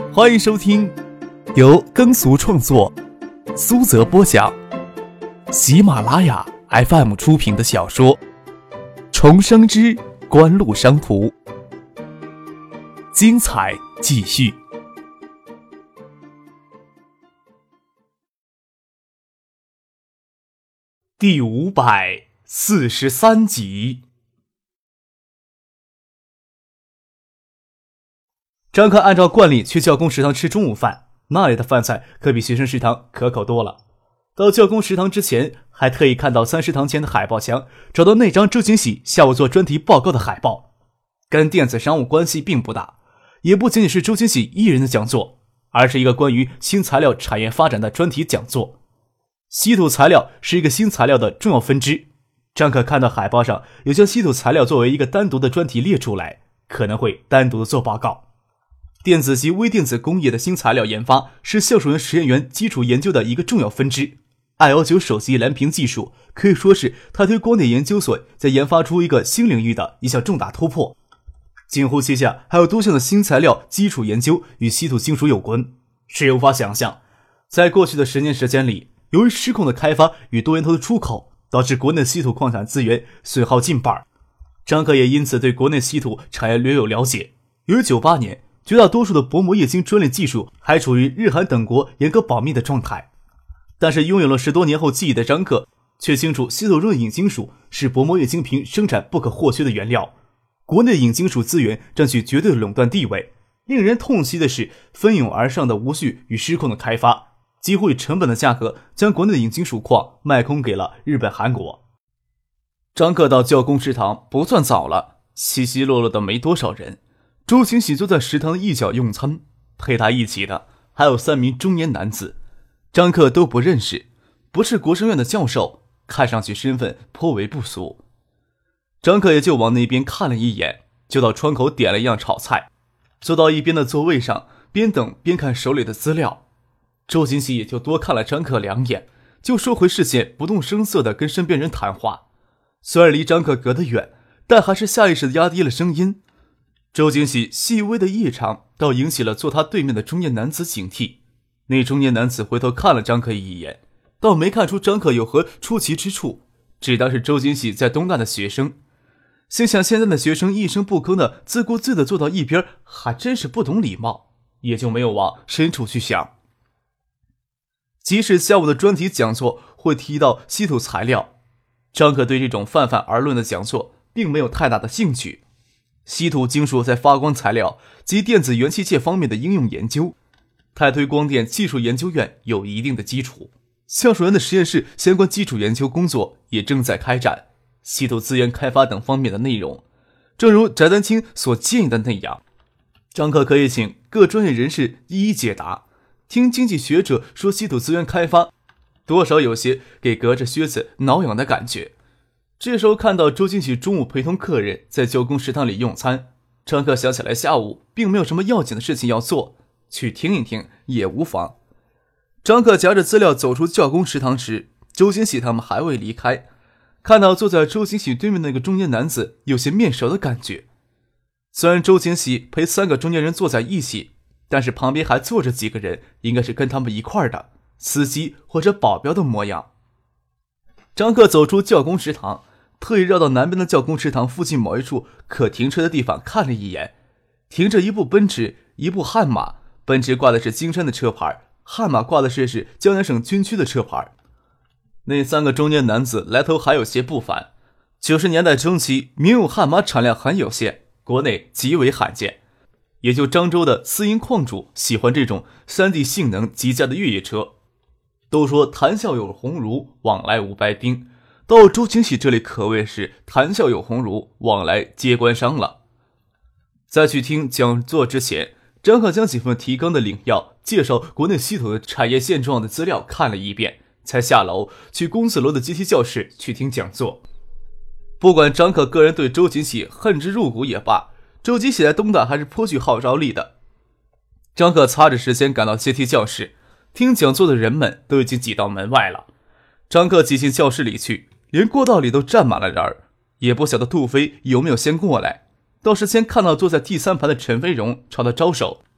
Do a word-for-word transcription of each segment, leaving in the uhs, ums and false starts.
欢迎收听由耕俗创作、苏泽播讲、喜马拉雅 F M 出品的小说《重生之官路商途》，精彩继续。第五百四十三集。张克按照惯例去教工食堂吃中午饭，那里的饭菜可比学生食堂可口多了。到教工食堂之前，还特意看到三食堂前的海报墙，找到那张周景喜下午做专题报告的海报。跟电子商务关系并不大，也不仅仅是周景喜一人的讲座，而是一个关于新材料产业发展的专题讲座。稀土材料是一个新材料的重要分支。张可看到海报上有将稀土材料作为一个单独的专题列出来，可能会单独的做报告。电子及微电子工业的新材料研发是橡树园实验园基础研究的一个重要分支。二幺九手机蓝屏技术可以说是台推光电研究所在研发出一个新领域的一项重大突破。锦湖旗下还有多项的新材料基础研究与稀土金属有关，是无法想象。在过去的十年时间里，由于失控的开发与多源头的出口，导致国内稀土矿产资源损耗近半。张可也因此对国内稀土产业略有了解。由于九八年绝大多数的薄膜液晶专利技术还处于日韩等国严格保密的状态，但是拥有了十多年后记忆的张克却清楚稀土中的隐金属是薄膜液晶屏生产不可或缺的原料。国内隐金属资源占据绝对的垄断地位，令人痛惜的是蜂拥而上的无序与失控的开发，几乎以成本的价格将国内的隐金属矿卖空给了日本、韩国。张克到教工食堂不算早了，稀稀落落的没多少人。周景喜坐在食堂的一角用餐，陪他一起的还有三名中年男子，张克都不认识，不是国生院的教授，看上去身份颇为不俗。张克也就往那边看了一眼，就到窗口点了一样炒菜，坐到一边的座位上，边等边看手里的资料。周景喜也就多看了张克两眼，就收回视线，不动声色地跟身边人谈话。虽然离张克隔得远，但还是下意识地压低了声音。周景喜细微的异常倒引起了坐他对面的中年男子警惕。那中年男子回头看了张克一眼，倒没看出张克有何出奇之处，只当是周景喜在东大的学生，心想现在的学生一声不吭的自顾自的坐到一边，还真是不懂礼貌，也就没有往深处去想。即使下午的专题讲座会提到稀土材料，张克对这种泛泛而论的讲座并没有太大的兴趣。稀土金属在发光材料及电子元器件方面的应用研究，台推光电技术研究院有一定的基础，橡树园的实验室相关基础研究工作也正在开展，稀土资源开发等方面的内容，正如翟丹青所建议的那样，张克可以请各专业人士一一解答。听经济学者说稀土资源开发，多少有些给隔着靴子挠痒的感觉。这时候看到周景喜中午陪同客人在教工食堂里用餐，张克想起来下午并没有什么要紧的事情要做，去听一听也无妨。张克夹着资料走出教工食堂时，周景喜他们还未离开，看到坐在周景喜对面那个中年男子有些面熟的感觉。虽然周景喜陪三个中年人坐在一起，但是旁边还坐着几个人，应该是跟他们一块的司机或者保镖的模样。张克走出教工食堂，特意绕到南边的教工食堂附近某一处可停车的地方看了一眼，停着一部奔驰，一部悍马，奔驰挂的是金山的车牌，悍马挂的是是江南省军区的车牌。那三个中年男子来头还有些不凡，九十年代中期民用悍马产量很有限，国内极为罕见，也就漳州的私营矿主喜欢这种山地性能极佳的越野车。都说谈笑有鸿儒，往来无白丁，到周景喜这里可谓是谈笑有鸿儒，往来皆官商了。在去听讲座之前，张克将几份提纲的领要介绍国内稀土的产业现状的资料看了一遍，才下楼去公子楼的阶梯教室去听讲座。不管张克个人对周景喜恨之入骨也罢，周景喜在东大还是颇具号召力的。张克擦着时间赶到阶梯教室，听讲座的人们都已经挤到门外了。张克挤进教室里去，连过道里都站满了人，也不晓得杜飞有没有先过来，倒是先看到坐在第三排的陈飞荣朝他招手。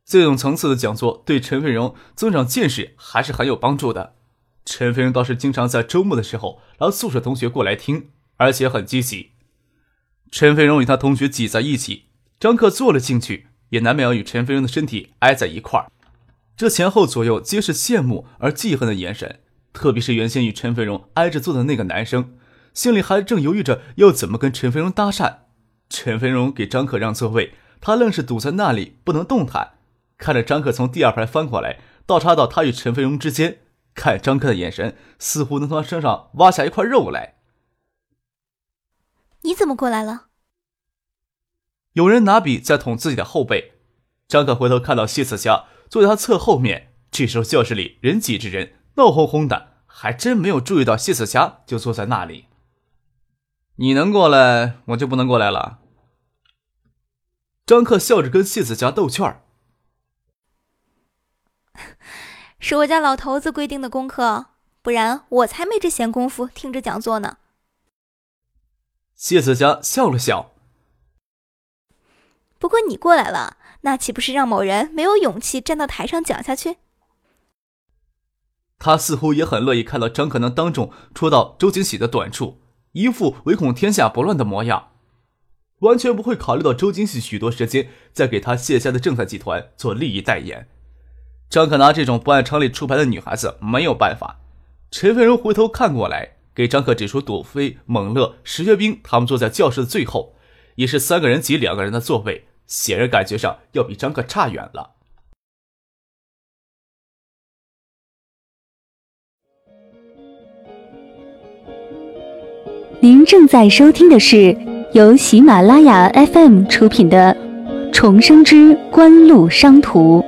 这种层次的讲座对陈飞荣增长见识还是很有帮助的。陈飞荣倒是经常在周末的时候让宿舍同学过来听，而且很积极。陈飞荣与他同学挤在一起，张克坐了进去，也难免要与陈飞荣的身体挨在一块儿。这前后左右皆是羡慕而记恨的眼神，特别是原先与陈飞荣挨着坐的那个男生，心里还正犹豫着要怎么跟陈飞荣搭讪。陈飞荣给张克让座位，他愣是堵在那里不能动弹，看着张克从第二排翻过来，倒插到他与陈飞荣之间，看张克的眼神似乎能从他身上挖下一块肉来。 你怎么过来了？ 有人拿笔在捅自己的后背，张克回头看到谢子佳坐在他侧后面，这时候教室里人挤着人，闹哄哄的，还真没有注意到谢子佳就坐在那里。你能过来，我就不能过来了。张克笑着跟谢子佳逗趣儿。 是我家老头子规定的功课，不然我才没这闲工夫听着讲座呢。 谢子佳笑了笑。 不过你过来了，那岂不是让某人没有勇气站到台上讲下去？ 他似乎也很乐意看到张克能当众戳到周景喜的短处，一副唯恐天下不乱的模样，完全不会考虑到周景喜许多时间在给他谢家的正泰集团做利益代言。张克拿这种不按常理出牌的女孩子没有办法。陈飞荣回头看过来，给张克指出朵飞、蒙乐、石学兵他们坐在教室的最后，也是三个人挤两个人的座位，显然感觉上要比张克差远了。 您正在收听的是由喜马拉雅 F M 出品的《重生之官路商途》。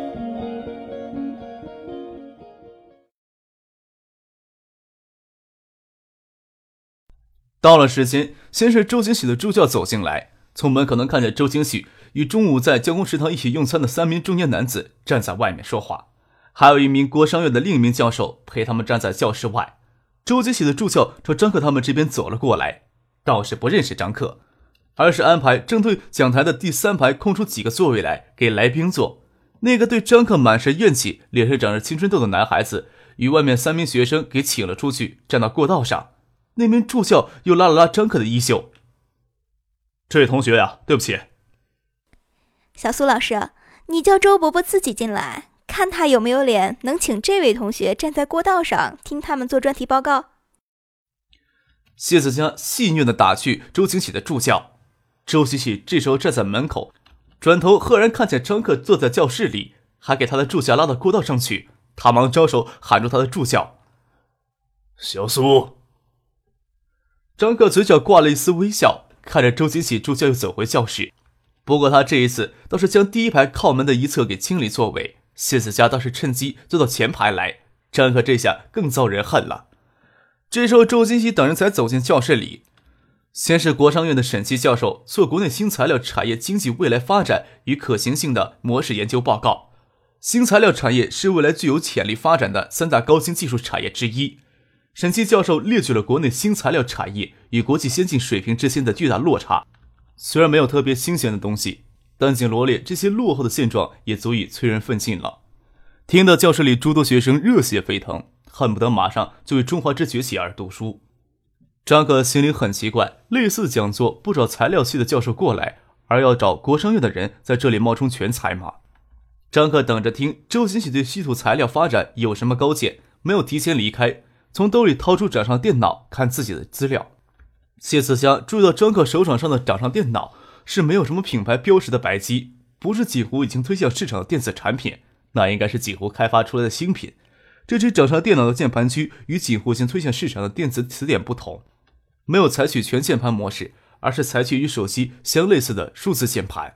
到了时间，先是周景喜的助教走进来，从门口能看见周景喜与中午在教工食堂一起用餐的三名中年男子站在外面说话，还有一名国商院的另一名教授陪他们站在教室外。周景喜的助教朝张克他们这边走了过来，倒是不认识张克，而是安排正对讲台的第三排空出几个座位来给来宾坐。那个对张克满是怨气、脸上长着青春痘的男孩子与外面三名学生给请了出去，站到过道上。那名助教又拉了拉张克的衣袖。这位同学呀、啊，对不起。 小苏老师，你叫周伯伯自己进来，看他有没有脸能请这位同学站在过道上听他们做专题报告。 谢子佳戏谑地打趣周景喜的助教。周景喜这时候站在门口，转头赫然看见张克坐在教室里，还给他的助教拉到过道上去。他忙招手喊住他的助教：小苏。张克嘴角挂了一丝微笑，看着周景喜助教又走回教室。不过他这一次倒是将第一排靠门的一侧给清理座位，谢子佳倒是趁机坐到前排来。张克这下更遭人恨了。这时候周景喜等人才走进教室里，先是国商院的沈奇教授做国内新材料产业经济未来发展与可行性的模式研究报告。新材料产业是未来具有潜力发展的三大高新技术产业之一。沈奇教授列举了国内新材料产业与国际先进水平之间的巨大落差，虽然没有特别新鲜的东西，但仅罗列这些落后的现状也足以催人奋进了。听得教室里诸多学生热血沸腾，恨不得马上就为中华之崛起而读书。张克心里很奇怪，类似讲座不找材料系的教授过来，而要找国商院的人在这里冒充全才吗？张克等着听周景喜对稀土材料发展有什么高见，没有提前离开，从兜里掏出掌上电脑看自己的资料。谢子佳注意到张克手掌上的掌上电脑是没有什么品牌标识的白机，不是锦湖已经推向市场的电子产品，那应该是锦湖开发出来的新品。这只掌上电脑的键盘区与锦湖已经推向市场的电子词典不同，没有采取全键盘模式，而是采取与手机相类似的数字键盘。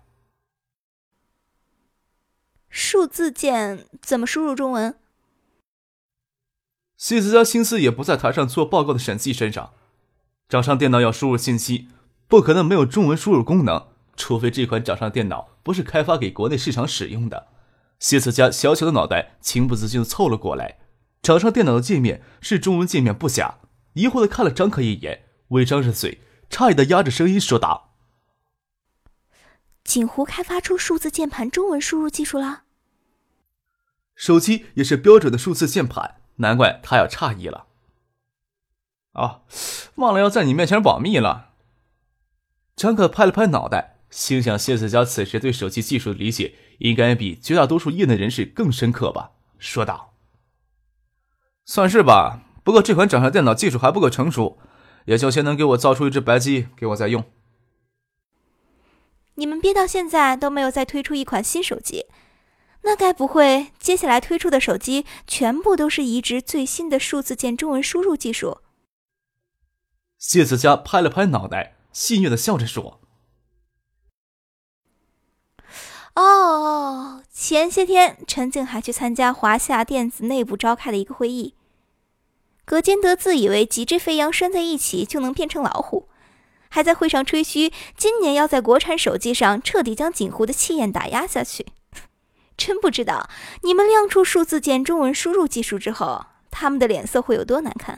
数字键怎么输入中文？ 谢子佳心思也不在台上做报告的审计身上。掌上电脑要输入信息，不可能没有中文输入功能，除非这款掌上电脑不是开发给国内市场使用的。谢子佳小小的脑袋情不自禁地凑了过来，掌上电脑的界面是中文界面不假，疑惑地看了张克一眼，微张着嘴，诧异地压着声音说道： 锦湖开发出数字键盘中文输入技术了？ 手机也是标准的数字键盘，难怪他要诧异了。哦，忘了要在你面前保密了。张可拍了拍脑袋，心想谢子佳此时对手机技术的理解应该比绝大多数业内人士更深刻吧，说道：算是吧，不过这款掌上电脑技术还不够成熟，也就先能给我造出一只白机给我再用。 你们憋到现在都没有再推出一款新手机，那该不会接下来推出的手机全部都是移植最新的数字键中文输入技术？ 谢子佳拍了拍脑袋，戏谑地笑着说： 哦，前些天陈静还去参加华夏电子内部召开的一个会议，葛坚德自以为几只肥羊拴在一起就能变成老虎，还在会上吹嘘今年要在国产手机上彻底将锦湖的气焰打压下去。真不知道你们亮出数字键中文输入技术之后，他们的脸色会有多难看。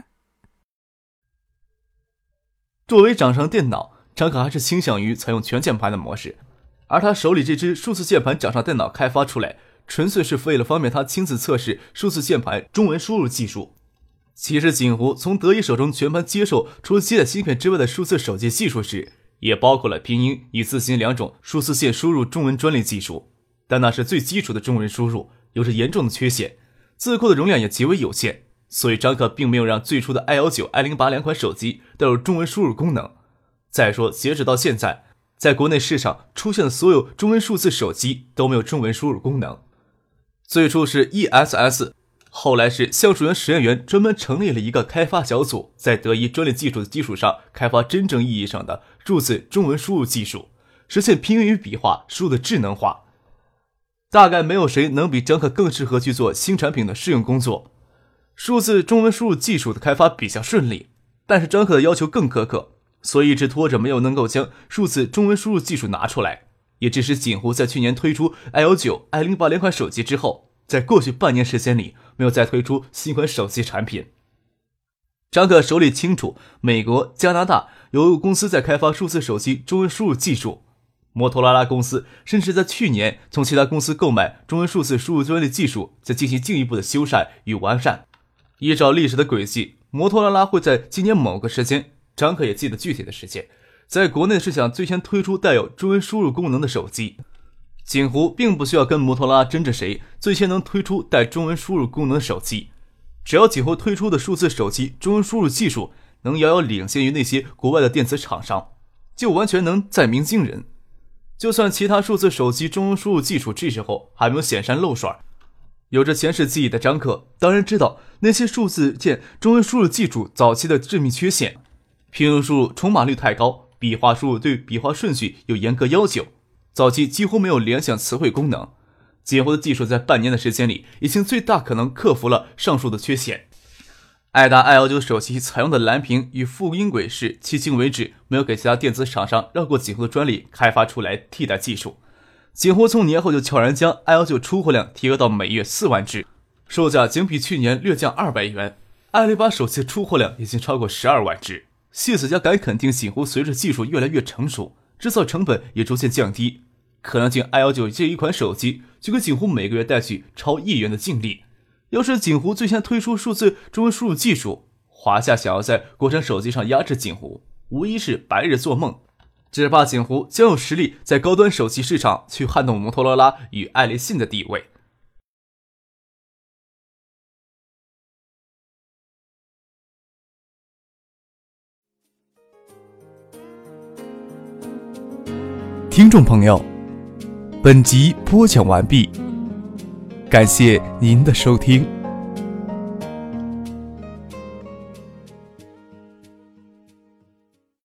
作为掌上电脑，张可还是倾向于采用全键盘的模式，而他手里这支数字键盘掌上电脑开发出来，纯粹是为了方便他亲自测试数字键盘中文输入技术。其实锦湖从德仪手中全盘接受除了接待芯片之外的数字手机技术时，也包括了拼音与字形两种数字键输入中文专利技术，但那是最基础的中文输入，有着严重的缺陷，字库的容量也极为有限，所以张可并没有让最初的 i 十九、i 零八 两款手机带有中文输入功能。再说截止到现在，在国内市场出现的所有中文数字手机都没有中文输入功能。最初是 E S S， 后来是橡树园实验员专门成立了一个开发小组，在德仪专利技术的基础上开发真正意义上的数字中文输入技术，实现拼音与笔画输入的智能化。大概没有谁能比张可更适合去做新产品的试用工作。数字中文输入技术的开发比较顺利，但是张可的要求更苛刻，所以一直拖着没有能够将数字中文输入技术拿出来，也致使锦湖在去年推出 i 十九、i 零八 两款手机之后，在过去半年时间里没有再推出新款手机产品。张可手里清楚，美国、加拿大有公司在开发数字手机中文输入技术，摩托罗拉公司甚至在去年从其他公司购买中文数字输入专利技术，再进行进一步的修缮与完善。依照历史的轨迹，摩托罗拉会在今年某个时间，张可也记得具体的时间，在国内是想最先推出带有中文输入功能的手机。锦湖并不需要跟摩托罗拉争着谁最先能推出带中文输入功能的手机，只要锦湖推出的数字手机中文输入技术能遥遥领先于那些国外的电子厂商，就完全能载明惊人。就算其他数字手机中文输入技术这时候还没有显山露水，有着前世记忆的张可当然知道那些数字键中文输入技术早期的致命缺陷，拼音输入重码率太高，笔画输入对笔画顺序有严格要求，早期几乎没有联想词汇功能。锦湖的技术在半年的时间里已经最大可能克服了上述的缺陷。爱达 i 十九 手机采用的蓝屏与复音轨是迄今为止没有给其他电子厂商绕过锦湖的专利开发出来替代技术。锦湖从年后就悄然将 i 十九 出货量提高到每月四万只，售价仅比去年略降二百元。i 零八 手机出货量已经超过十二万只。谢子佳敢肯定，锦湖随着技术越来越成熟，制造成本也逐渐降低，可能仅 i 十九 这一款手机就给锦湖每个月带去超亿元的净利。要是锦湖最先推出数字中文输入技术，华夏想要在国产手机上压制锦湖，无疑是白日做梦。只怕锦湖将有实力在高端手机市场去撼动摩托罗拉与爱立信的地位。听众朋友，本集播讲完毕，感谢您的收听。